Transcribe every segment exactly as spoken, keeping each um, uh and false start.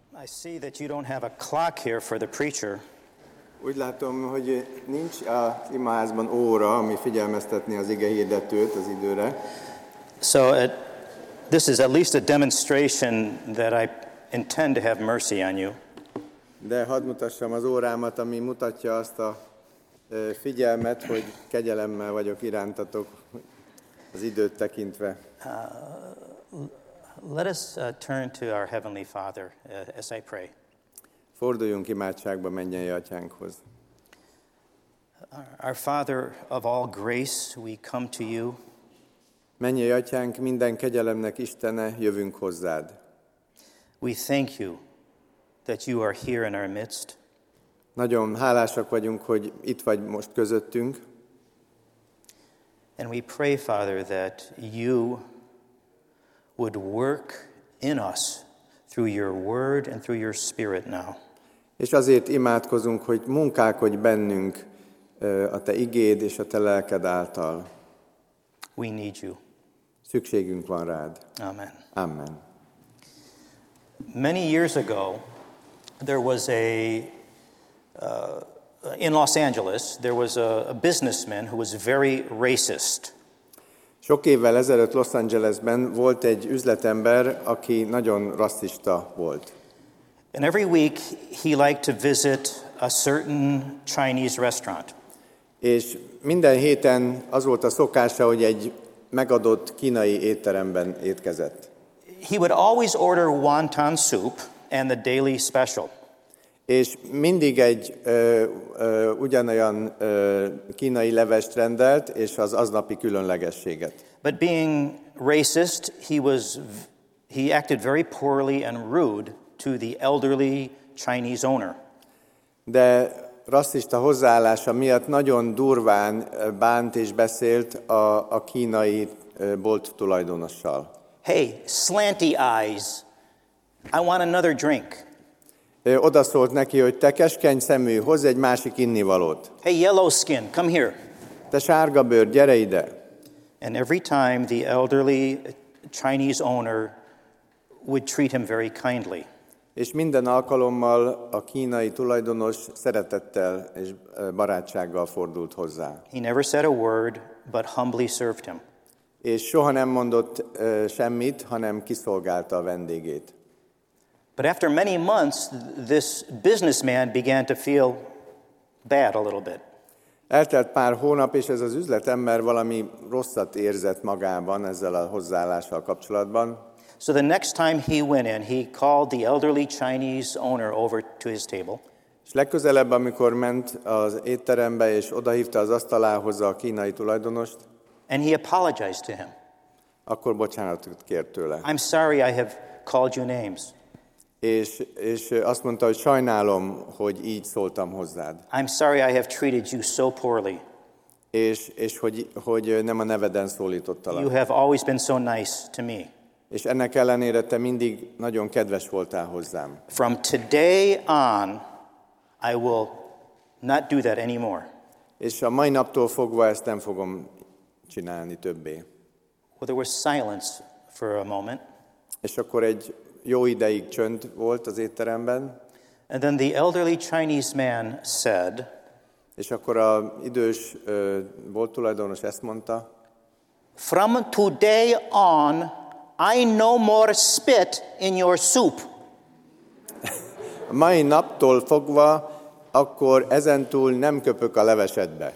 I see that you don't have a clock here for the preacher. Úgy látom, hogy nincs az imaházban óra, ami figyelmeztetni az ige hirdetőt az időre. So it, this is at least a demonstration that I intend to have mercy on you. De hadd mutassam az órámat, ami mutatja azt a figyelmet, hogy kegyelemmel vagyok irántatok az időt tekintve. Uh, let us uh, turn to our Heavenly Father uh, as I pray. Forduljunk imádságba mennyei atyánkhoz. Our Father of all grace, we come to you. Mennyei atyánk, minden kegyelemnek Istene, jövünk hozzád. We thank you that you are here in our midst. Nagyon hálásak vagyunk, hogy itt vagy most közöttünk. And we pray, Father, that you would work in us through your word and through your spirit now. És azért imádkozunk, hogy munkálkodj bennünk a te igéd és a te lelked által. We need you. Szükségünk van rád. Amen. Amen. Many years ago, there was a, uh, in Los Angeles, there was a, a businessman who was very racist. Sok évvel ezelőtt Los Angelesben volt egy üzletember, aki nagyon rasszista volt. And every week he liked to visit a certain Chinese restaurant. És minden héten az volt a szokása, hogy egy megadott kínai étteremben étkezett. He would always order wonton soup and the daily special. És mindig egy ö, ö, ugyanolyan ö, kínai levest rendelt, és az aznapi különlegességet. But being racist, he was he acted very poorly and rude to the elderly Chinese owner. De rasszista hozzáállása miatt nagyon durván bánt és beszélt a, a kínai bolt tulajdonossal. Hey, slanty eyes, I want another drink. Oda szólt neki, hogy te keskeny szemű, hozz egy másik innivalót. Hey, yellow skin, come here. Te sárga bőr, gyere ide. And every time the elderly Chinese owner would treat him very kindly. És minden alkalommal a kínai tulajdonos szeretettel és barátsággal fordult hozzá. He never said a word, but humbly served him. És soha nem mondott uh, semmit, hanem kiszolgálta a vendégét. But after many months, this businessman began to feel bad a little bit. Eltelt pár hónap, és ez az üzletember valami rosszat érzett magában ezzel a hozzáállással kapcsolatban. So the next time he went in, he called the elderly Chinese owner over to his table. És legközelebb, amikor ment az étterembe, és odahívta az asztalához a kínai tulajdonost, and he apologized to him. Akkor bocsánatot kért tőle. I'm sorry I have called you names. És, és azt mondta, hogy sajnálom, hogy így szóltam hozzád. I'm sorry I have treated you so poorly. És, és hogy, hogy nem a neveden szólítottalak. You have always been so nice to me. És ennek ellenére te mindig nagyon kedves voltál hozzám. From today on, I will not do that anymore. És a mai naptól fogva ezt nem fogom csinálni többé. Well, there was silence for a moment. És akkor egy jó ideig csönd volt az étteremben. And then the elderly Chinese man said, és akkor az idős uh, bolt tulajdonos ezt mondta, from today on, I no more spit in your soup. A mai naptól fogva, akkor ezentúl nem köpök a levesedbe.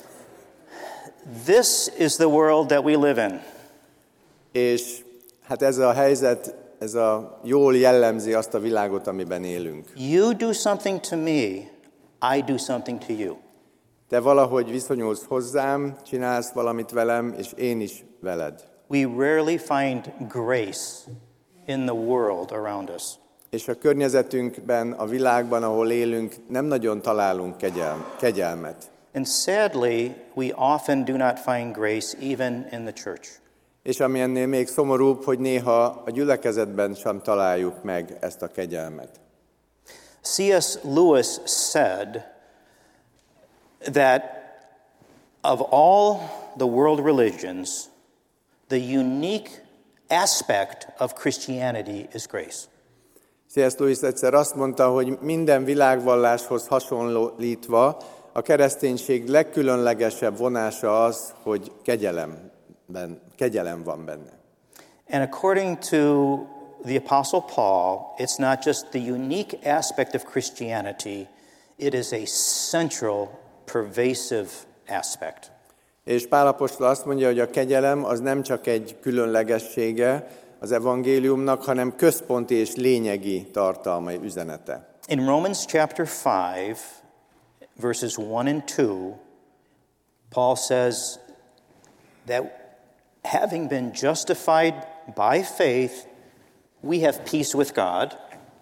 This is the world that we live in. És hát ez a helyzet, ez a jól jellemzi azt a világot, amiben élünk. You do something to me, I do something to you. Te valahogy viszonyulsz hozzám, csinálsz valamit velem, és én is veled. We rarely find grace in the world around us. És a környezetünkben, a világban, ahol élünk, nem nagyon találunk kegyel- kegyelmet. And sadly, we often do not find grace even in the church. És ami ennél még szomorúbb, hogy néha a gyülekezetben sem találjuk meg ezt a kegyelmet. C S Lewis said that of all the world religions, the unique aspect of Christianity is grace. cé es. Lewis egyszer azt mondta, hogy minden világvalláshoz hasonlítva a kereszténység legkülönlegesebb vonása az, hogy kegyelemben, kegyelem van benne. And according to the Apostle Paul, it's not just the unique aspect of Christianity, it is a central, pervasive aspect. És Pál apostol azt mondja, hogy a kegyelem az nem csak egy különlegessége az evangéliumnak, hanem központi és lényegi tartalma, üzenete. In Romans chapter five, verses one and two, Paul says that having been justified by faith, we have peace with God.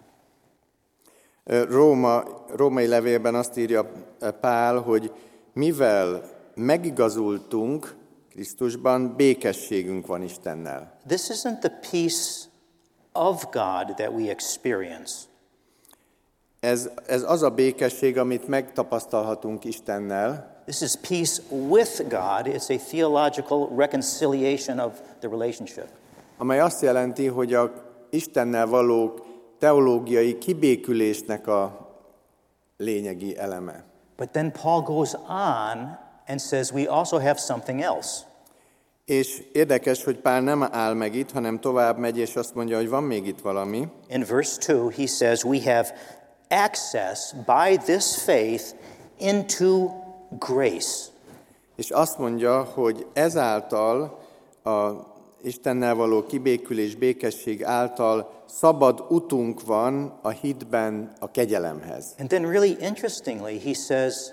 Róma, római levélben azt írja Pál, hogy mivel megigazultunk Krisztusban, békességünk van Istennel. This isn't the peace of God that we experience. Ez, ez az a békesség, amit megtapasztalhatunk Istennel. This is peace with God. It's a theological reconciliation of the relationship. Amely azt jelenti, hogy a Istennel való teológiai kibékülésnek a lényegi eleme. But then Paul goes on and says we also have something else. És érdekes, hogy Pál nem áll meg itt, hanem tovább megy, és azt mondja, hogy van még itt valami. In verse two, he says we have access by this faith into grace. És azt mondja, hogy ezáltal a Istennel való kibékülés, békesség által szabad utunk van a hitben a kegyelemhez. And then really interestingly, he says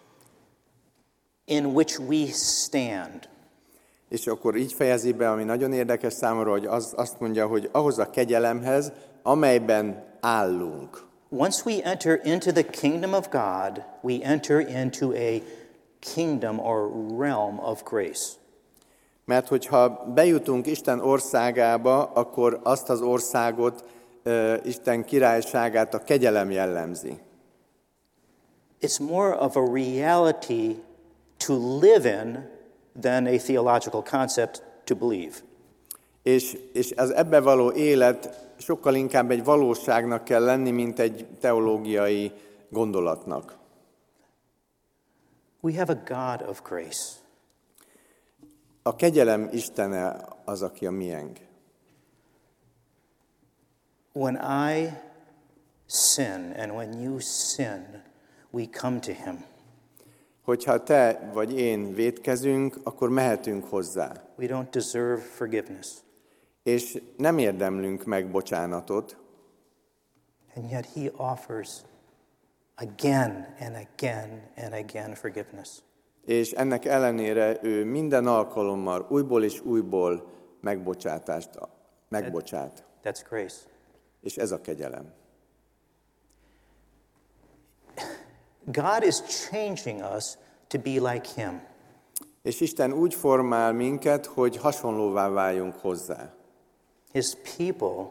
in which we stand. És akkor így fejezi be, ami nagyon érdekes számomra, hogy az, azt mondja, hogy ahhoz a kegyelemhez, amelyben állunk. Once we enter into the kingdom of God, we enter into a kingdom or realm of grace. Mert hogyha bejutunk Isten országába, akkor azt az országot, uh, Isten királyságát a kegyelem jellemzi. It's more of a reality to live in than a theological concept to believe. És, és az ebbe való élet sokkal inkább egy valóságnak kell lenni, mint egy teológiai gondolatnak. We have a God of grace. A kegyelem Istene az, aki a miénk. When I sin and when you sin, we come to him. Hogyha te vagy én vétkezünk, akkor mehetünk hozzá. We don't deserve forgiveness. És nem érdemlünk meg bocsánatot. And yet he offers again and again and again forgiveness. És ennek ellenére ő minden alkalommal újból és újból megbocsátást megbocsát. That's grace. És ez a kegyelem. God is changing us to be like him. És Isten úgy formál minket, hogy hasonlóvá váljunk hozzá. His people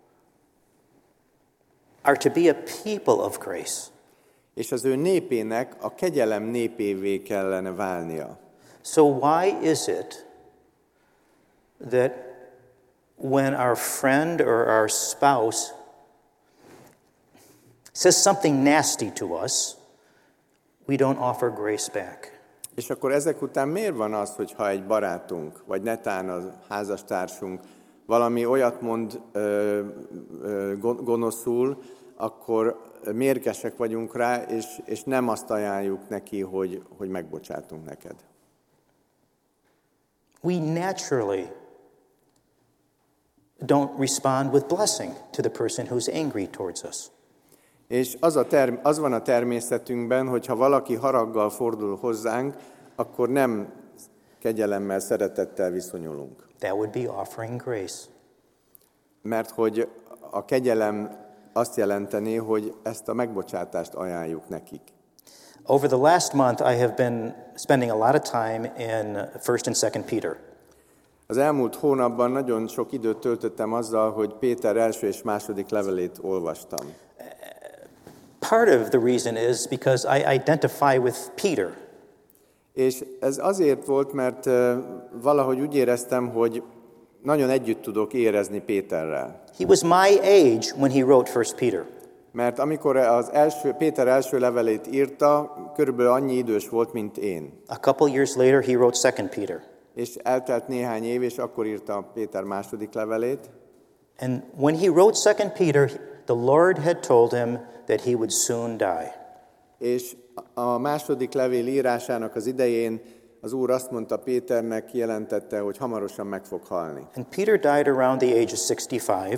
are to be a people of grace. És az ő népének a kegyelem népévé kellene válnia. So why is it that when our friend or our spouse says something nasty to us, we don't offer grace back? És akkor ezek után miért van az, hogy ha egy barátunk, vagy netán a házastársunk valami olyat mond ö, ö, gonoszul, akkor mérgesek vagyunk rá, és, és nem azt ajánljuk neki, hogy, hogy megbocsátunk neked. We naturally don't respond with blessing to the person who's angry towards us. És az, a term, az van a természetünkben, hogy ha valaki haraggal fordul hozzánk, akkor nem kegyelemmel, szeretettel viszonyulunk. That would be offering grace. Mert hogy a kegyelem azt jelenteni, hogy ezt a megbocsátást ajánljuk nekik. Over the last month, I have been spending a lot of time in First and Second Peter. Az elmúlt hónapban nagyon sok időt töltöttem azzal, hogy Péter első és második levelét olvastam. Part of the reason is because I identify with Peter. És ez azért volt, mert valahogy úgy éreztem, hogy nagyon együtt tudok érezni Péterrel. He was my age when he wrote First Peter. Mert amikor az első, Péter első levelét írta, körülbelül annyi idős volt, mint én. A couple years later, he wrote Second Peter. És eltelt néhány év, és akkor írta Péter második levelét. And when he wrote Second Peter, the Lord had told him that he would soon die. És a második levél írásának az idején az Úr azt mondta Péternek, kijelentette, hogy hamarosan meg fog halni. And Peter died around the age of sixty-five.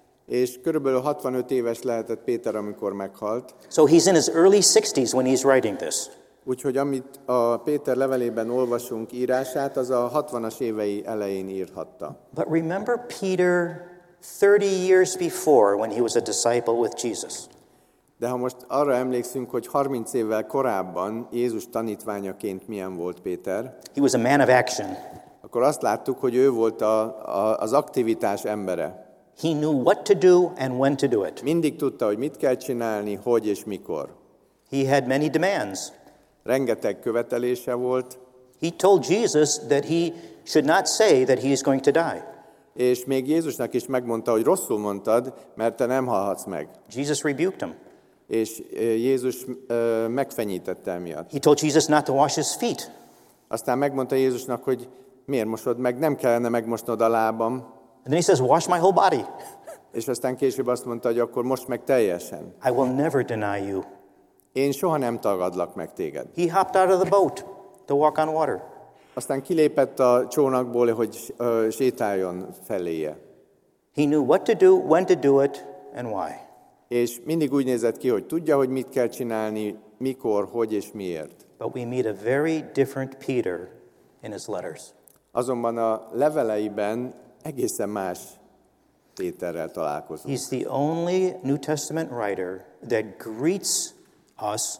És körülbelül hatvanöt éves lehetett Péter, amikor meghalt. So he's in his early sixties when he's writing this. Úgyhogy amit a Péter levelében olvasunk írását, az a hatvanas évei elején írhatta. But remember Peter thirty years before when he was a disciple with Jesus. De ha most arra emlékszünk, hogy harminc évvel korábban Jézus tanítványaként milyen volt Péter, He was a man of action. akkor azt láttuk, hogy ő volt a, a, az aktivitás embere. He knew what to do and when to do it. Mindig tudta, hogy mit kell csinálni, hogy és mikor. He had many demands. Rengeteg követelése volt. He told Jesus that he should not say that he is going to die. És még Jézusnak is megmondta, hogy rosszul mondtad, mert te nem halhatsz meg. Jesus rebuked him. És Jézus uh, megfenyítette emiatt. He told Jesus not to wash his feet. Aztán megmondta Jézusnak, hogy miért mosod meg, nem kellene megmosnod a lábam. And then he says, wash my whole body. És aztán később azt mondta, hogy akkor most meg teljesen. I will never deny you. Én soha nem tagadlak meg téged. He hopped out of the boat to walk on water. Aztán kilépett a csónakból, hogy uh, sétáljon feléje. He knew what to do, when to do it, and why. És mindig úgy nézett ki, hogy tudja, hogy mit kell csinálni, mikor, hogy és miért. But we meet a very different Peter in his letters. Azonban a leveleiben egészen más Péterrel találkozunk. He's the only New Testament writer that greets us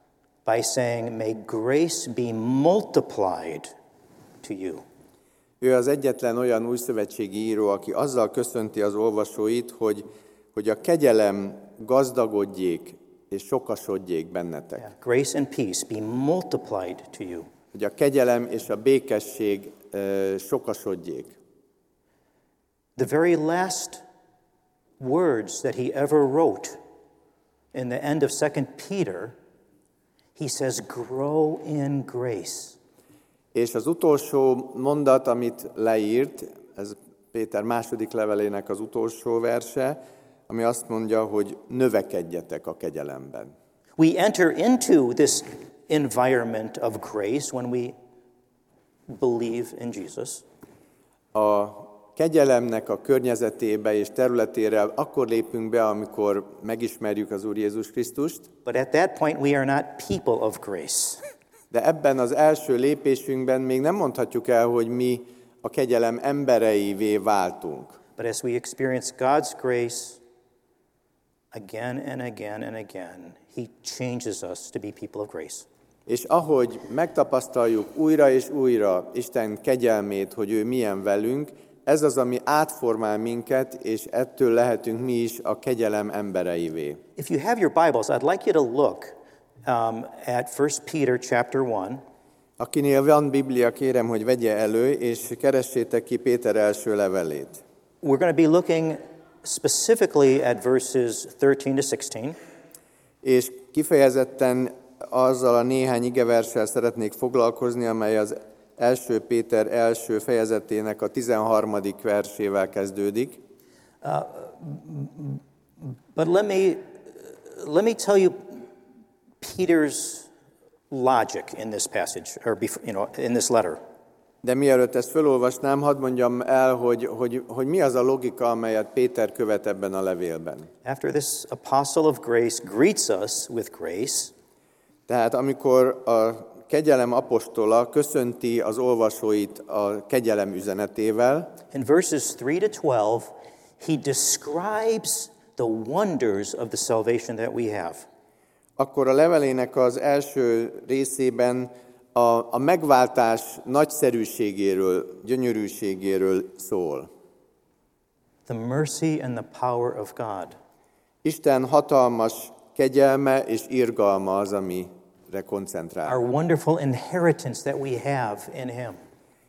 by saying, may grace be multiplied to you. Ő az egyetlen olyan újszövetségi író, aki azzal köszönti az olvasóit, hogy, hogy a kegyelem gazdagodjék és sokasodjék bennetek. Yeah. Grace and peace be multiplied to you. Hogy a kegyelem és a békesség uh, sokasodjék. The very last words that he ever wrote in the end of Second Peter, he says, grow in grace. És az utolsó mondat, amit leírt, ez Péter második levelének az utolsó verse, ami azt mondja, hogy növekedjetek a kegyelemben. We enter into this environment of grace when we believe in Jesus. A kegyelemnek a környezetébe és területére akkor lépünk be, amikor megismerjük az Úr Jézus Krisztust. But at that point we are not people of grace. De ebben az első lépésünkben még nem mondhatjuk el, hogy mi a kegyelem embereivé váltunk. But as we experience God's grace again and again and again, he changes us to be people of grace. És ahogy megtapasztaljuk újra és újra Isten kegyelmét, hogy ő milyen velünk, ez az, ami átformál minket, és ettől lehetünk mi is a kegyelem embereivé. If you have your Bibles, I'd like you to look um, at First Peter chapter one. Akinél van Biblia, kérem, hogy vegye elő, és keressétek ki Péter első levelét. We're going to be looking specifically at verses thirteen to sixteen. És kifejezetten azzal a néhány igeverssel szeretnék foglalkozni, amely az első Péter első fejezetének a tizenharmadik versével kezdődik. Uh, but let me let me tell you Peter's logic in this passage, or you know, in this letter. De mielőtt ezt felolvasnám, hadd mondjam el, hogy, hogy, hogy mi az a logika, amelyet Péter követ ebben a levélben. After this apostle of grace greets us with grace, tehát amikor a kegyelem apostola köszönti az olvasóit a kegyelem üzenetével, in verses three to twelve, he describes the wonders of the salvation that we have. Akkor a levelének az első részében a, a megváltás nagyszerűségéről, gyönyörűségéről szól. The mercy and the power of God. Isten hatalmas kegyelme és irgalma az, amire koncentrál. Our wonderful inheritance that we have in him.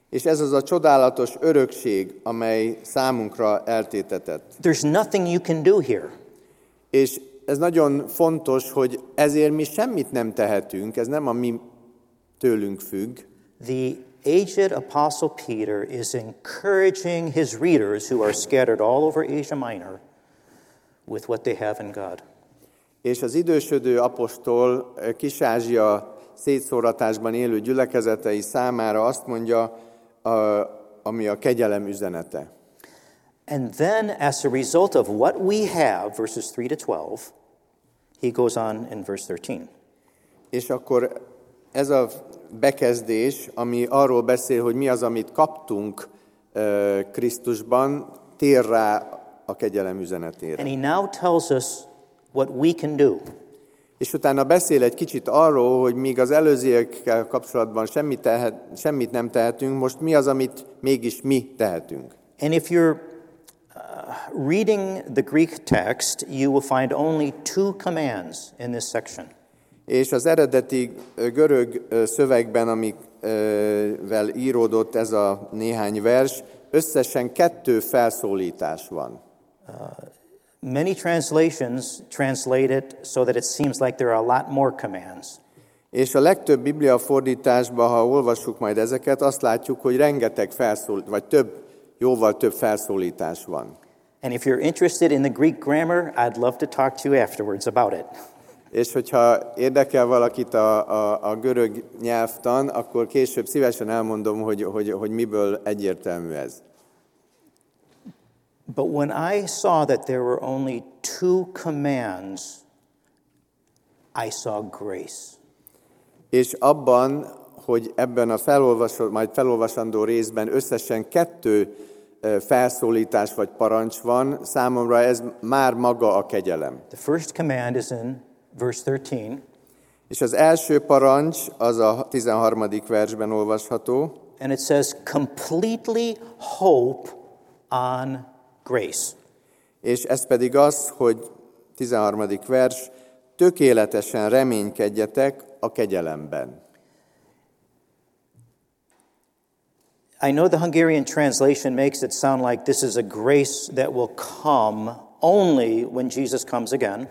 És ez az a csodálatos örökség, amely számunkra eltétetett. There's nothing you can do here. És ez nagyon fontos, hogy ezért mi semmit nem tehetünk, ez nem a mi tőlünk függ. The aged Apostle Peter is encouraging his readers who are scattered all over Asia Minor with what they have in God. És az idősödő apostol Kis-Ázsia szétszóratásban élő gyülekezetei számára azt mondja, a, ami a kegyelem üzenete. And then, as a result of what we have, verses three to twelve, he goes on in verse thirteen. És akkor ez a bekezdés, ami arról beszél, hogy mi az, amit kaptunk uh, Krisztusban, tér rá a kegyelem üzenetére. And he now tells us what we can do. És utána beszél egy kicsit arról, hogy míg az előzőekkel kapcsolatban semmit, tehet, semmit nem tehetünk, most mi az, amit mégis mi tehetünk. And if you're uh, reading the Greek text, you will find only two commands in this section. És az eredeti görög szövegben, amikvel íródott ez a néhány vers, összesen kettő felszólítás van. Uh, many translations translate it so that it seems like there are a lot more commands. És a legtöbb Biblia fordításban, ha olvassuk majd ezeket, azt látjuk, hogy rengeteg felszólítás, vagy több, jóval több felszólítás van. And if you're interested in the Greek grammar, I'd love to talk to you afterwards about it. És hogyha érdekel valakit a, a, a görög nyelvtan, akkor később szívesen elmondom, hogy, hogy, hogy miből egyértelmű ez. But when I saw that there were only two commands, I saw grace. És abban, hogy ebben a felolvasó, majd felolvasandó részben összesen kettő felszólítás vagy parancs van, számomra ez már maga a kegyelem. The first command is in verse thirteen. És az első parancs az a tizenharmadik versben olvasható. And it says, completely hope on grace. És ez pedig az, hogy tizenharmadik vers, tökéletesen reménykedjetek a kegyelemben. I know the Hungarian translation makes it sound like this is a grace that will come only when Jesus comes again.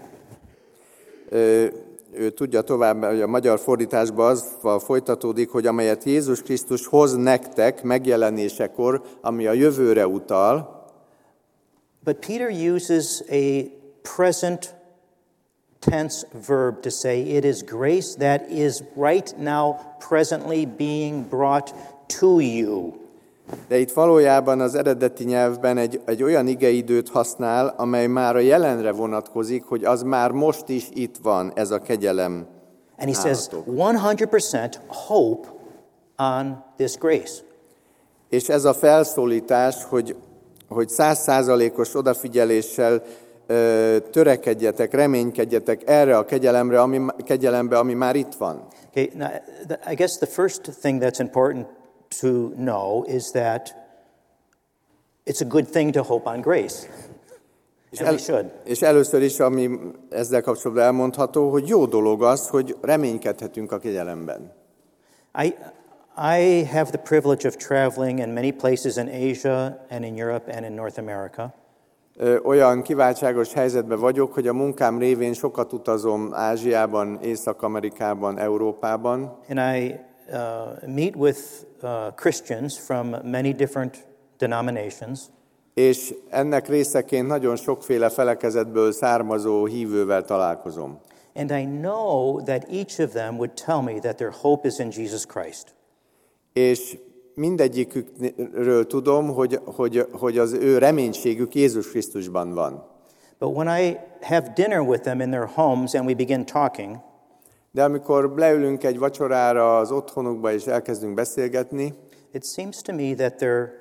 Ő, ő tudja tovább, hogy a magyar fordításban az folytatódik, hogy amelyet Jézus Krisztus hoz nektek megjelenésekor, ami a jövőre utal. But Peter uses a present tense verb to say it is grace that is right now presently being brought to you. De itt valójában az eredeti nyelvben egy, egy olyan igeidőt használ, amely már a jelenre vonatkozik, hogy az már most is itt van, ez a kegyelem. And he says one hundred percent hope on this grace. És ez a felszólítás, hogy hogy száz százalékos odafigyeléssel ö, törekedjetek, reménykedjetek erre a kegyelemre, ami, kegyelembe, ami már itt van. Okay, now, the, I guess the first thing that's important to know is that it's a good thing to hope on grace. És, And el, we should. és először is, ami ezzel kapcsolatban elmondható, hogy jó dolog az, hogy reménykedhetünk a kegyelemben. I, I have the privilege of traveling in many places in Asia and in Europe and in North America. Olyan kiváltságos helyzetben vagyok, hogy a munkám révén sokat utazom Ázsiában, Észak-Amerikában, Európában. And I uh, meet with uh, Christians from many different denominations. És ennek részeként nagyon sokféle felekezetből származó hívővel találkozom. And I know that each of them would tell me that their hope is in Jesus Christ. És mindegyikükről tudom, hogy, hogy, hogy az ő reménységük Jézus Krisztusban van. But when I have dinner with them in their homes and we begin talking, de amikor leülünk egy vacsorára az otthonukba és elkezdünk beszélgetni, it seems to me that their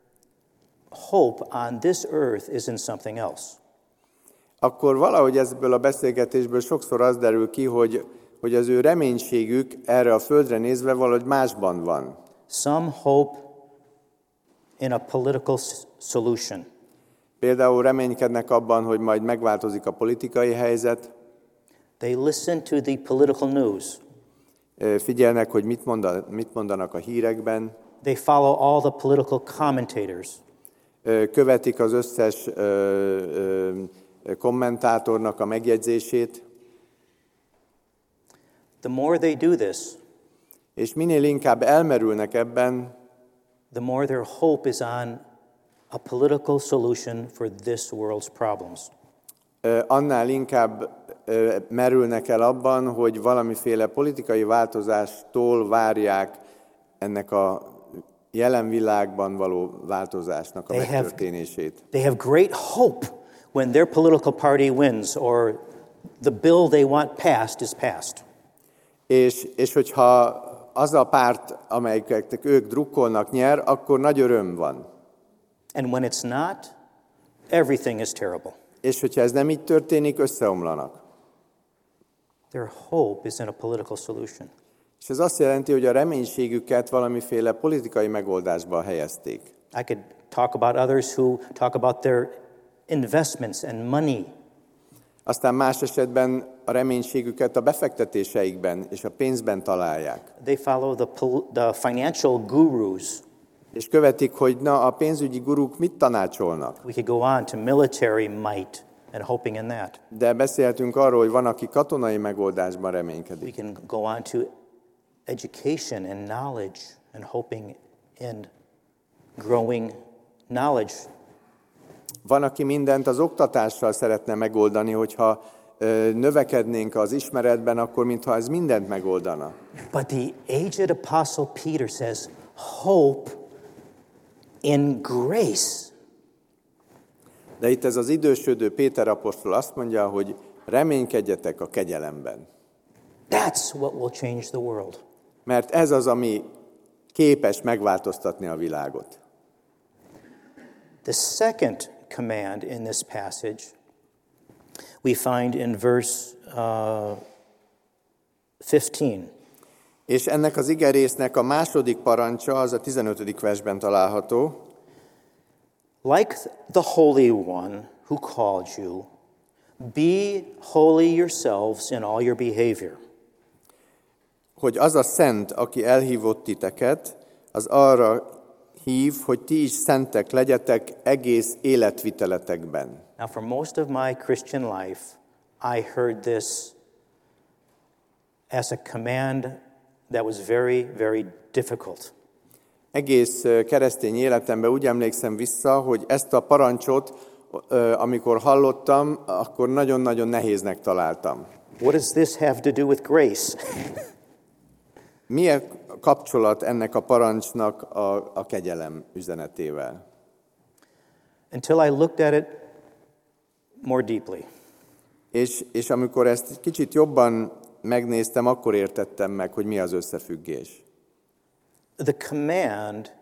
hope on this earth is in something else. Akkor valahogy ebből a beszélgetésből sokszor az derül ki, hogy, hogy az ő reménységük erre a földre nézve valahogy másban van. Some hope in a political solution. Például reménykednek abban, hogy majd megváltozik a politikai helyzet. They listen to the political news. Figyelnek, hogy mit, mondan, mit mondanak a hírekben. They follow all the political commentators. Követik az összes ö, ö, kommentátornak a megjegyzését. The more they do this, és minél inkább elmerülnek ebben, the more their hope is on a political solution for this world's problems. Annál inkább merülnek el abban, hogy valamiféle politikai változástól várják ennek a jelen világban való változásnak a megtörténését. They have great hope when their political party wins or the bill they want passed is passed. És, és hogyha az a párt, amelyiknek ők drukkolnak, nyer, akkor nagy öröm van. And when it's not, everything is terrible. És hogyha ez nem így történik, összeomlanak. Their hope is in a political solution. És ez azt jelenti, hogy a reménységüket valamiféle politikai megoldásba helyezték. I could talk about others who talk about their investments and money. Aztán más esetben a reménységüket a befektetéseikben és a pénzben találják. They follow the, the financial gurus. És követik, hogy na, a pénzügyi guruk mit tanácsolnak. We could go on to military might and hoping in that. De beszéltünk arról, hogy van, aki katonai megoldásban reménykedik. We can go on to education and knowledge and hoping in growing knowledge. Van, aki mindent az oktatással szeretne megoldani, hogyha ö, növekednénk az ismeretben, akkor mintha ez mindent megoldana. But the aged apostle Peter says, hope in grace. De itt ez az idősödő Péter apostol azt mondja, hogy reménykedjetek a kegyelemben. That's what will change the world. Mert ez az, ami képes megváltoztatni a világot. The second command in this passage we find in verse uh, fifteen. És ennek az igerésznek a második parancsa az a tizenötödik versben található. Like the Holy One who called you, be holy yourselves in all your behavior. Hogy az a szent, aki elhívott titeket, az arra hív, hogy ti is szentek legyetek egész életviteletekben. Now, for most of my Christian life, I heard this as a command that was very, very difficult. Egész keresztény életemben úgy emlékszem vissza, hogy ezt a parancsot, amikor hallottam, akkor nagyon-nagyon nehéznek találtam. What does this have to do with grace? Milyen kapcsolat ennek a parancsnak a, a kegyelem üzenetével? Until I looked at it more deeply. És, és amikor ezt kicsit jobban megnéztem, akkor értettem meg, hogy mi az összefüggés. The command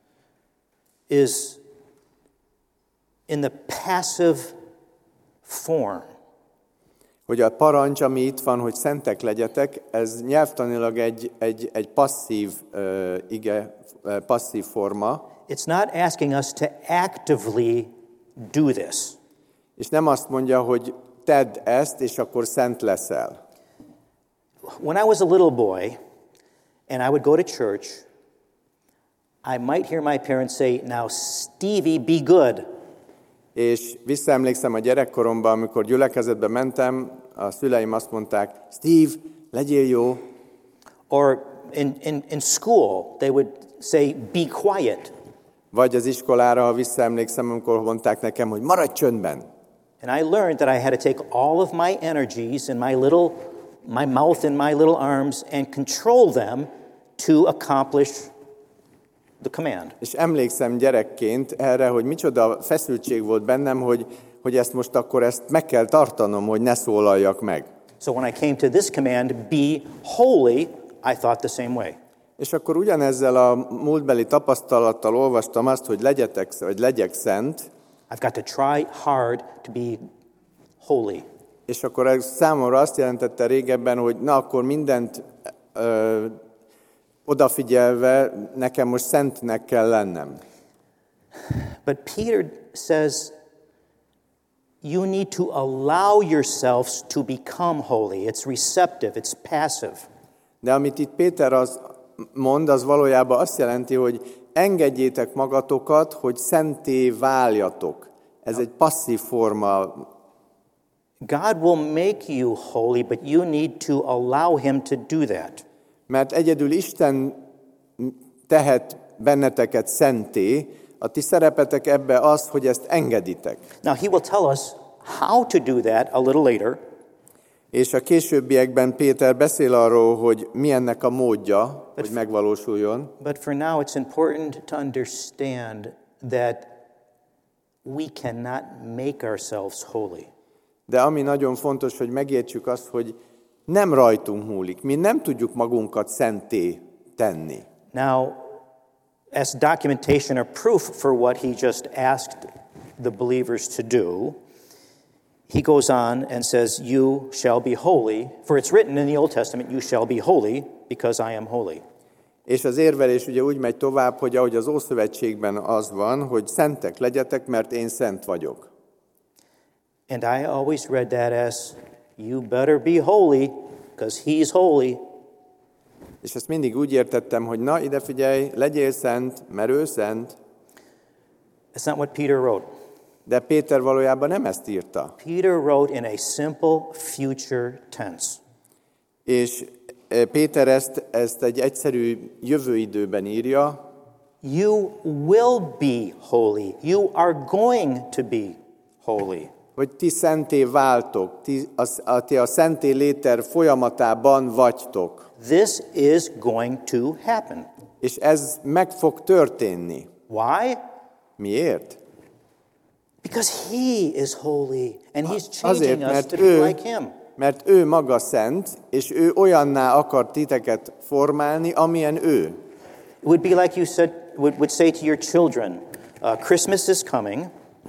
is in the passive form. Hogy a parancs, ami itt van, hogy szentek legyetek, ez nyelvtanilag egy, egy, egy passzív uh, ige, uh, passzív forma. It's not asking us to actively do this. És nem azt mondja, hogy tedd ezt, és akkor szent leszel. When I was a little boy, and I would go to church, I might hear my parents say, now Stevie, be good. És visszaemlékszem a gyerekkoromban, amikor gyülekezetbe mentem, a szüleim azt mondták, Steve, legyél jó. Or in, in, in school, they would say, be quiet. Vagy az iskolára, ha visszaemlékszem, amikor mondták nekem, hogy maradj csöndben. And I learned that I had to take all of my energies in my little, my mouth and my little arms and control them to accomplish the command. És emlékszem gyerekként erre, hogy micsoda feszültség volt bennem, hogy, hogy ezt most akkor ezt meg kell tartanom, hogy ne szólaljak meg. So when I came to this command, be holy, I thought the same way. És akkor ugyanezzel a múltbeli tapasztalattal olvastam azt, hogy legyetek, vagy legyek szent. I've got to try hard to be holy. És akkor ez számomra azt jelentette régebben, hogy na akkor mindent ö, odafigyelve nekem most szentnek kell lennem. But Peter says you need to allow yourselves to become holy. It's receptive, it's passive. De amit itt Péter az mond, az valójában azt jelenti, hogy engedjétek magatokat, hogy szenté váljatok. Ez egy passzív forma. God will make you holy, but you need to allow him to do that. Mert egyedül Isten tehet benneteket szenté, a ti szerepetek ebbe az, hogy ezt engeditek. Now he will tell us how to do that a little later. És a későbbiekben Péter beszél arról, hogy mi ennek a módja, but hogy megvalósuljon. But for now it's important to understand that we cannot make ourselves holy. De ami nagyon fontos, hogy megértsük azt, hogy nem rajtunk múlik. Mi nem tudjuk magunkat szenté tenni. Now, as documentation or proof for what he just asked the believers to do, he goes on and says, you shall be holy, for it's written in the Old Testament, you shall be holy, because I am holy. És az érvelés ugye úgy megy tovább, hogy ahogy az Ószövetségben az van, hogy szentek legyetek, mert én szent vagyok. And I always read that as, you better be holy, because he's holy. És ezt mindig úgy értettem, hogy na, ide figyelj, legyél szent, mert ő szent. That's not what Peter wrote. De Péter valójában nem ezt írta. Peter wrote in a simple future tense. És Péter ezt, ezt egy egyszerű jövőidőben írja. You will be holy. You are going to be holy. Hogy ti szenté váltok, ti a, a, ti a szenté léter folyamatában vagytok. This is going to happen. És ez meg fog történni. Why? Miért? Because he is holy, and he's Azért, changing us mert to ő, be like him. mert ő maga szent, és ő olyanná akar titeket formálni, amilyen ő. It would be like you said, would, would say to your children, uh, Christmas is coming.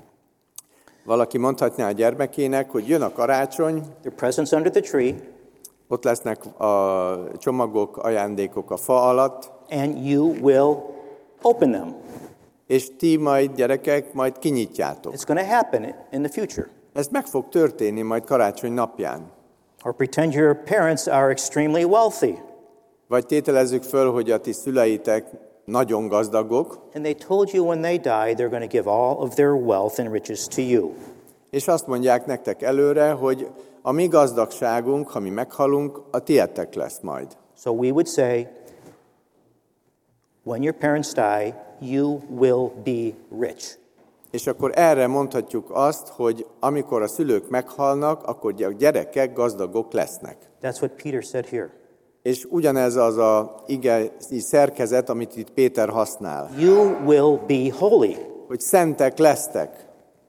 Valaki mondhatná a gyermekének, hogy jön a karácsony, There are presents under the tree, ott lesznek a csomagok, ajándékok a fa alatt, and you will open them. és ti majd, gyerekek, majd kinyitjátok. It's going to happen in the future. Ez meg fog történni majd karácsony napján. Or pretend your parents are extremely wealthy, Vagy tételezzük föl, hogy a ti szüleitek nagyon gazdagok, and they told you when they die they're going to give all of their wealth and riches to you. és azt mondják nektek előre, hogy a mi gazdagságunk, ha mi meghalunk, a tietek lesz majd. So we would say, when your parents die, you will be rich. És akkor erre mondhatjuk azt, hogy amikor a szülők meghalnak, akkor a gyerekek gazdagok lesznek. That's what Peter said here. És ugyanez az a ige szerkezet, amit itt Péter használ. You will be holy. Hogy szentek lesztek.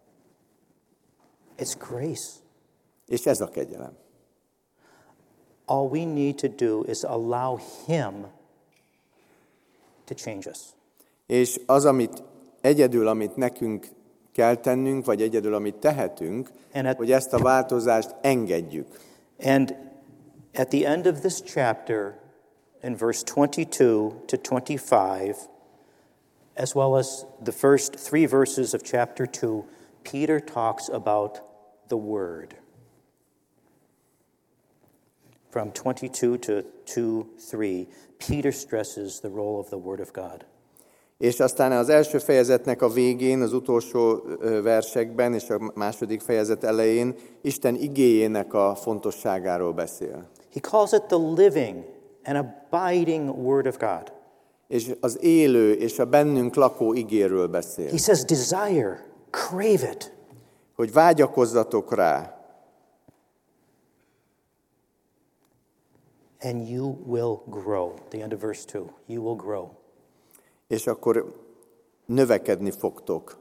It's grace. És ez a kegyelem. All we need to do is allow him to change us. És az, amit egyedül, amit nekünk kell tennünk, vagy egyedül, amit tehetünk, at, hogy ezt a változást engedjük. And at the end of this chapter, in verse twenty-two to twenty-five, as well as the first three verses of chapter two, Peter talks about the Word. From twenty-two to two, three, Peter stresses the role of the Word of God. És aztán az első fejezetnek a végén, az utolsó versekben és a második fejezet elején Isten igéjének a fontosságáról beszél. He calls it the living and abiding Word of God. És az élő és a bennünk lakó igéről beszél. He says desire, crave it. Hogy vágyakozzatok rá. And you will grow. The end of verse two. You will grow. És akkor növekedni fogtok.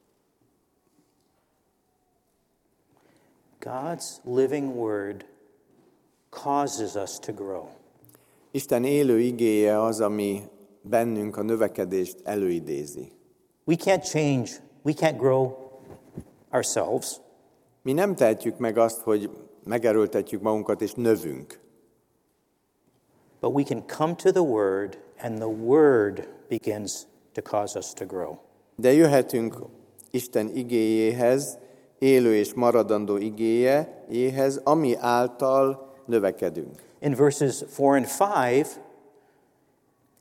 God's living word causes us to grow. Isten élő igéje az, ami bennünk a növekedést előidézi. We can't change, we can't grow ourselves. Mi nem tehetjük meg azt, hogy megerőltetjük magunkat és növünk. But we can come to the word and the word begins to cause us to grow. De jöhetünk Isten igéjéhez, élő és maradandó igéjéhez, ami által növekedünk. In verses four and five,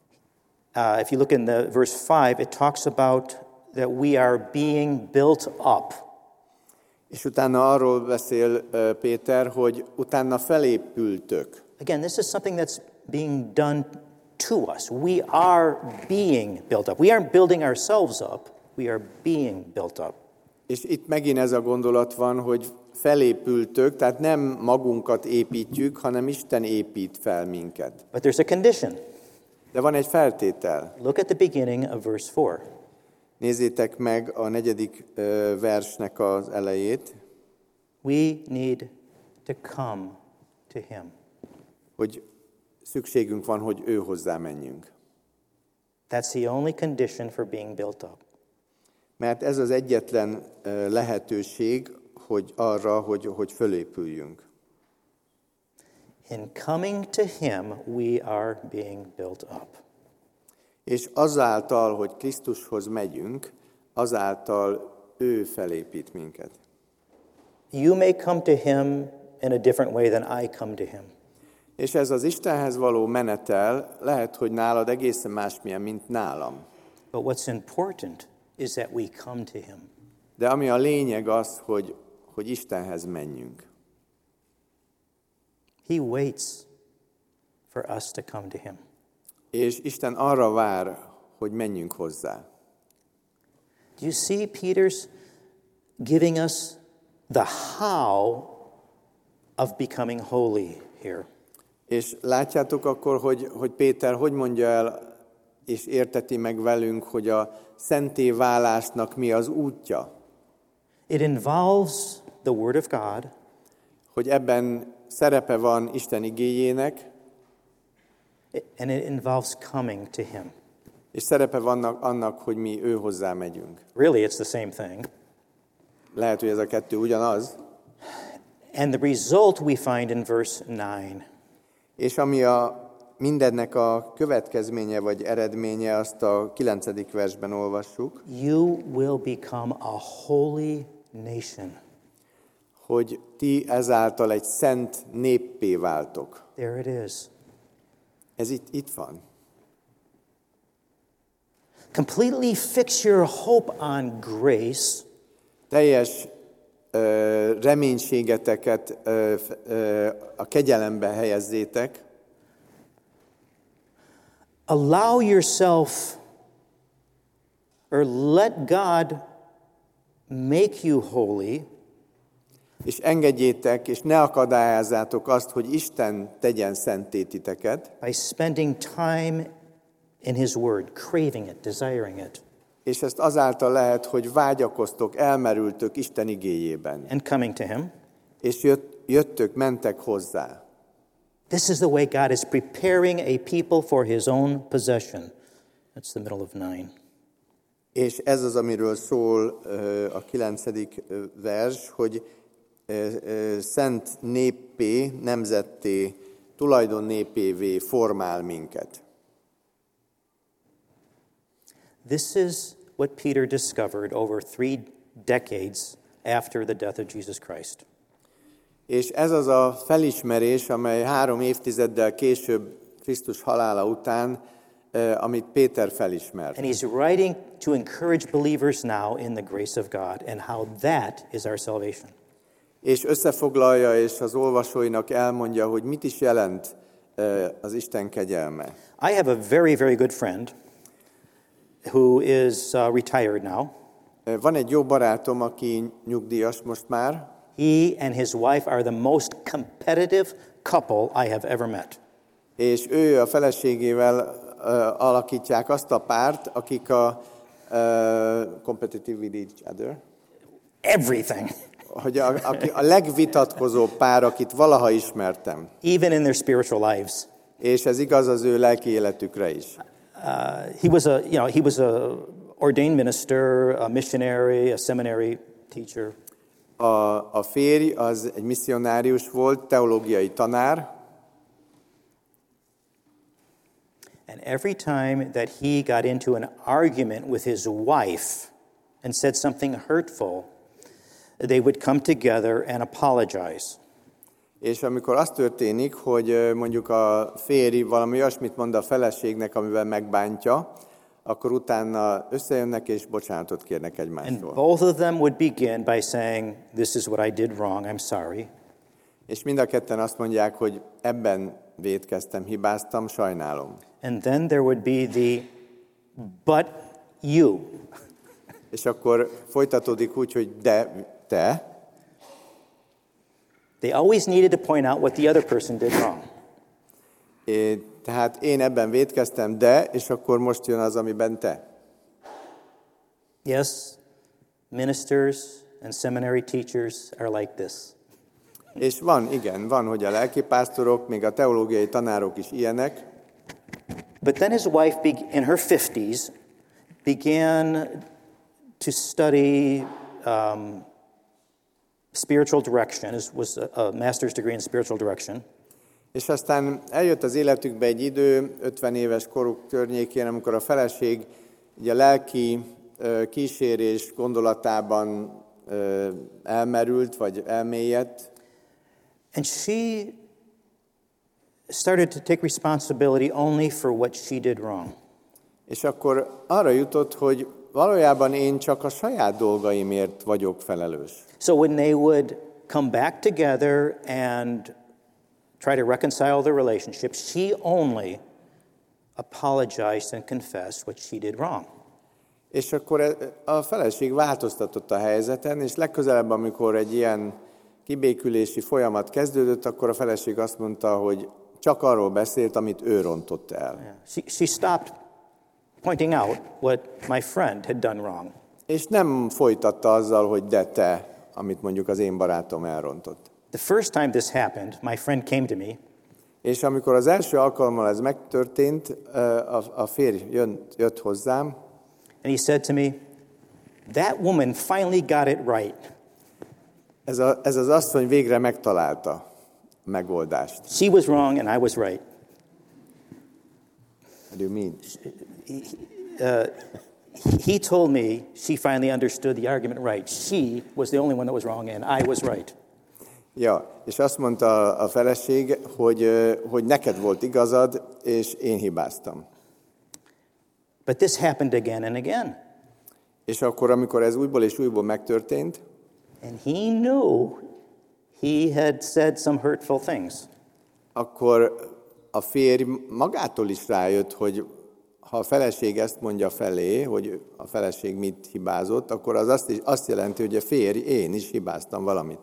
uh, if you look in the verse five, it talks about that we are being built up. És utána arról beszél uh, Péter, hogy utána felépültök. Again, this is something that's being done to us. We are being built up. We aren't building ourselves up. We are being built up. És itt megint ez a gondolat van, hogy felépültök, tehát nem magunkat építjük, hanem Isten épít fel minket. But there's a condition. De van egy feltétel. Look at the beginning of verse four. Nézzétek meg a negyedik uh, versnek az elejét. We need to come to him. Hogy szükségünk van, hogy ő hozzá menjünk. That's the only condition for being built up. Mert ez az egyetlen uh, lehetőség, hogy arra, hogy, hogy fölépüljünk. In coming to him, we are being built up. És azáltal, hogy Krisztushoz megyünk, azáltal ő felépít minket. You may come to him in a different way than I come to him. És ez az Istenhez való menetel lehet, hogy nálad egészen másmilyen, mint nálam. But what's important is that we come to him. De ami a lényeg az, hogy, hogy Istenhez menjünk. He waits for us to come to him. És Isten arra vár, hogy menjünk hozzá. Do you see Peter's giving us the how of becoming holy here? És látjátok akkor, hogy, hogy Péter hogy mondja el, és érteti meg velünk, hogy a szenté válásnak mi az útja. It involves the Word of God. Hogy ebben szerepe van Isten igéjének, and it involves coming to him. És szerepe van annak, hogy mi ő hozzá megyünk. Really, it's the same thing. Lehet, hogy ez a kettő ugyanaz. And the result we find in verse nine. És ami a mindennek a következménye vagy eredménye, azt a kilencedik versben olvassuk. You will become a holy nation. Hogy ti ezáltal egy szent néppé váltok. There it is. Ez itt, itt van. Completely fix your hope on grace. Teljes uh, reménységeteket uh, uh, a kegyelembe helyezzétek. Allow yourself, or let God make you holy. És engedjétek, és ne akadályozzátok azt, hogy Isten tegyen szenté titeket. By spending time in his word, craving it, desiring it. És ezt azáltal lehet, hogy vágyakoztok, elmerültök Isten igéjében. And coming to him. És jött, jöttök, mentek hozzá. This is the way God is preparing a people for his own possession. That's the middle of nine. És ez az, amiről szól a kilencedik vers, hogy szent néppé, nemzetté, tulajdon népévé formál minket. This is what Peter discovered over three decades after the death of Jesus Christ. És ez az a felismerés, amely három évtizeddel később Krisztus halála után, amit Péter felismert. And he's writing to encourage believers now in the grace of God and how that is our salvation. És összefoglalja, és az olvasóinak elmondja, hogy mit is jelent az Isten kegyelme. I have a very, very good friend who is uh, retired now. Van egy jó barátom, aki nyugdíjas most már. He and his wife are the most competitive couple I have ever met. És ő a feleségével uh, alakítják azt a párt, akik a uh, competitive with each other. Everything. Hogy a, a, a legvitatkozóbb pár, akit valaha ismertem. Even in their spiritual lives. És ez igaz az ő lelki életükre is. Uh, he was a, you know, he was a ordained minister, a missionary, a seminary teacher. A, a férj az egy misszionárius volt, teológiai tanár. And every time that he got into an argument with his wife and said something hurtful, they would come together and apologize. És amikor az történik, hogy mondjuk a férj valami olyasmit mond a feleségnek, amivel megbántja, akkor utána összejönnek és bocsánatot kérnek And egymástól. both of them would begin by saying, "This is what I did wrong. I'm sorry." És mind a ketten azt mondják, hogy ebben vétkeztem, hibáztam, sajnálom. And then there would be the, "But you." És akkor folytatódik úgy, hogy de te. They always needed to point out what the other person did wrong. É, tehát én ebben vétkeztem, de, és akkor most jön az, amiben te. Yes, ministers and seminary teachers are like this. És van, igen, van, hogy a lelkipásztorok, még a teológiai tanárok is ilyenek. But then his wife, in her fifties, began to study um, spiritual direction. It was a, a master's degree in spiritual direction. És aztán eljött az életükbe egy idő, ötven éves koruk környékén, amikor a feleség ugye a lelki uh, kísérés gondolatában uh, elmerült, vagy elmélyedt. And she started to take responsibility only for what she did wrong. És akkor arra jutott, hogy valójában én csak a saját dolgaimért vagyok felelős. So when they would come back together and try to reconcile their relationship, she only apologized and confessed what she did wrong. És akkor a feleség változtatott a helyzeten, és legközelebb, amikor egy ilyen kibékülési folyamat kezdődött, akkor a feleség azt mondta, hogy csak arról beszélt, amit ő rontott el. Yeah. She, she stopped pointing out what my friend had done wrong. És nem folytatta azzal, hogy de te, amit mondjuk az én barátom elrontott. The first time this happened, my friend came to me. És amikor az első alkalommal ez megtörtént, a, a férj jött, jött hozzám, and he said to me, "That woman finally got it right." Ez, a, ez az asszony végre megtalálta a megoldást. She was wrong and I was right. What do you mean? Uh, he told me she finally understood the argument right. She was the only one that was wrong and I was right. Ja, és azt mondta a feleség, hogy, hogy neked volt igazad, és én hibáztam. But this happened again and again. És akkor, amikor ez újból és újból megtörtént, and he knew he had said some hurtful things. Akkor a férj magától is rájött, hogy ha a feleség ezt mondja felé, hogy a feleség mit hibázott, akkor az azt, is, azt jelenti, hogy a férj, én is hibáztam valamit.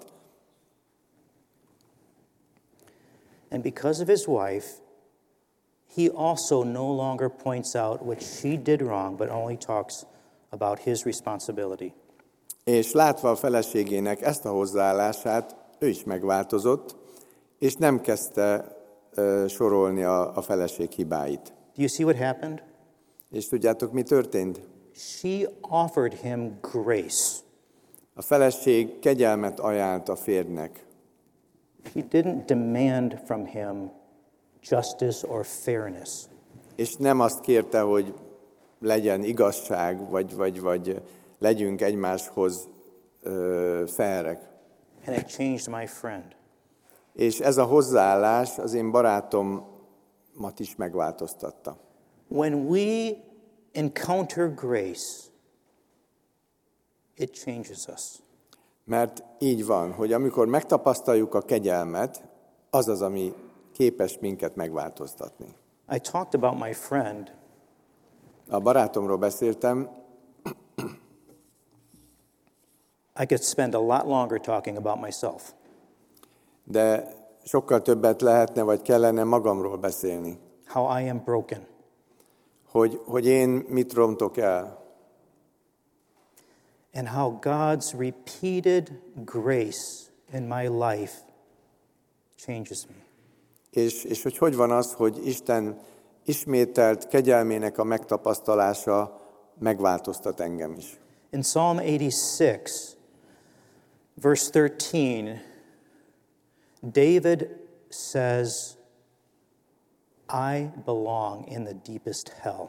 And because of his wife, he also no longer points out what she did wrong, but only talks about his responsibility. És látva a feleségének ezt a hozzáállását, ő is megváltozott, és nem kezdte uh, sorolni a, a feleség hibáit. Do you see what happened? És tudjátok, mi történt? She offered him grace. A feleség kegyelmet ajánlt a férjnek. She didn't demand from him justice or fairness. És nem azt kérte, hogy legyen igazság, vagy, vagy, vagy legyünk egymáshoz ö, fairek. And it changed my friend. És ez a hozzáállás az én barátomat is megváltoztatta. When we encounter grace, it changes us. Mert így van, hogy amikor megtapasztaljuk a kegyelmet, az az, ami képes minket megváltoztatni. I talked about my friend. A barátomról beszéltem. I could spend a lot longer talking about myself. De sokkal többet lehetne, vagy kellene magamról beszélni. How I am broken. Hogy, hogy én mit rontok el. And how God's repeated grace in my life changes me. És, és hogy hogy van az, hogy Isten ismételt kegyelmének a megtapasztalása megváltoztat engem is. In Psalm eighty-six, verse thirteen, David says, I belong in the deepest hell.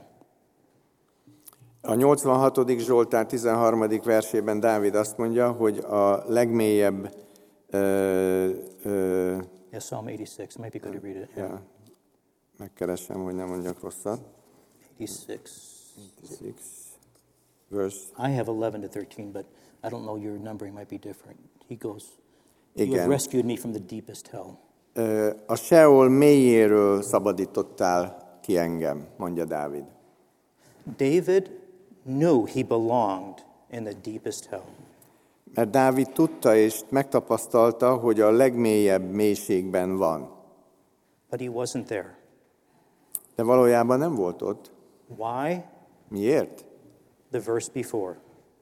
A nyolcvanhatodik Zsoltár tizenharmadik versében Dávid azt mondja, hogy a legmélyebb ö, ö, Yeah, Psalm eighty-six. Maybe could you read it? Yeah. Megkeresem, hogy nem mondjak rosszat. eighty-six. eighty-six, verse. I have eleven to thirteen, but I don't know, your numbering might be different. He goes, you have Igen. rescued me from the deepest hell. Ö, A Seol mélyéről szabadítottál ki engem, mondja Dávid. David knew he belonged in the deepest hell. Mert Dávid tudta és megtapasztalta, hogy a legmélyebb mélységben van. But he wasn't there. De valójában nem volt ott. Why? Miért? The verse before.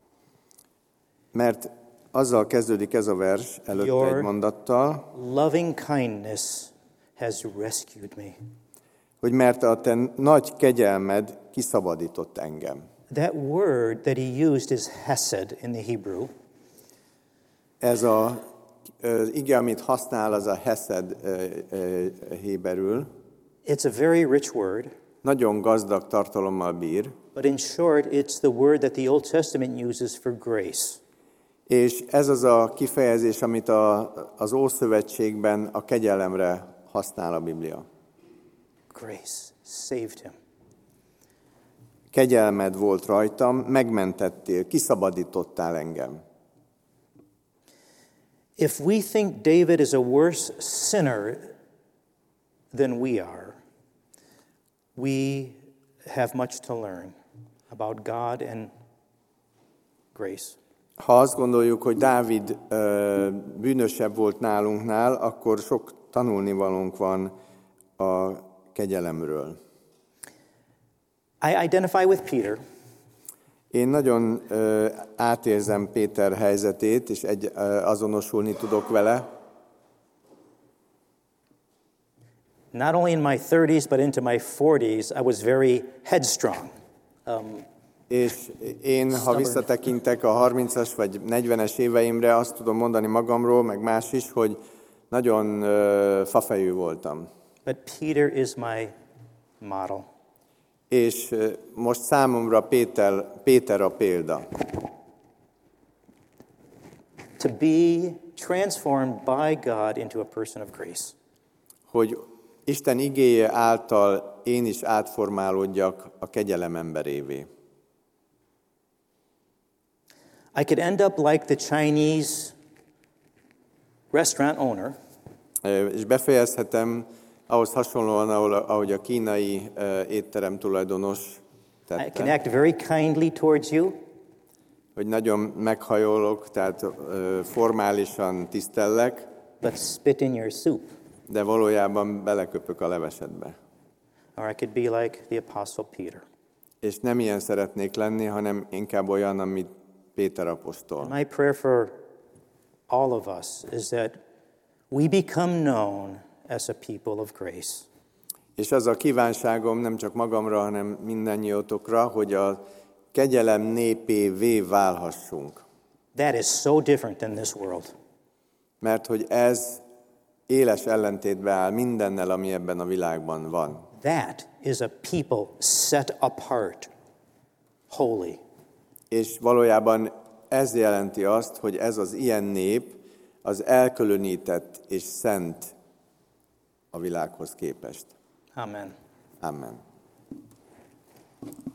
Mert azzal kezdődik ez a vers, előtte Your egy mondattal, loving kindness has rescued me. hogy mert a te nagy kegyelmed kiszabadított engem. That word that he used is hesed in the Hebrew. Ez a az ige, amit használ, az a hesed héberül. It's a very rich word, Nagyon gazdag tartalommal bír, but in short, it's the word that the Old Testament uses for grace. és ez az a kifejezés, amit a, az Ószövetségben a kegyelemre használ a Biblia. Grace saved him. Kegyelmed volt rajtam, megmentettél, kiszabadítottál engem. If we think David is a worse sinner than we are, we have much to learn about God and grace. Ha azt gondoljuk, hogy Dávid ö, bűnösebb volt nálunknál, akkor sok tanulnivalónk van a kegyelemről. I identify with Peter. Én nagyon ö, átérzem Péter helyzetét, és egy, ö, azonosulni tudok vele. Not only in my thirties, but into my forties, I was very headstrong. Um, És én, ha visszatekintek a harmincas vagy negyvenes éveimre, azt tudom mondani magamról, meg más is, hogy nagyon ö, fafejű voltam. but Peter is my model. És ö, most számomra Péter, Péter a példa. To be transformed by God into a person of grace. Hogy Isten igéje által én is átformálódjak a kegyelem emberévé. I could end up like the Chinese restaurant owner, Ö, És befejezhetem ahhoz hasonlóan, ahol, ahogy a kínai ö, étterem tulajdonos I can tette, act very kindly towards you, hogy nagyon meghajolok, tehát ö, formálisan tisztellek, but spit in your soup. de valójában beleköpök a levesedbe. Or I could be like the Apostle Peter. És nem ilyen szeretnék lenni, hanem inkább olyan, amit Péter apostol. My prayer for all of us is that we become known as a people of grace. És az a kívánságom nem csak magamra, hanem mindannyiótokra, hogy a kegyelem népévé válhassunk. That is so different than this world. Mert hogy ez éles ellentétbe áll mindennel, ami ebben a világban van. That is a people set apart, holy. És valójában ez jelenti azt, hogy ez az ilyen nép az elkülönített és szent a világhoz képest. Amen. Amen.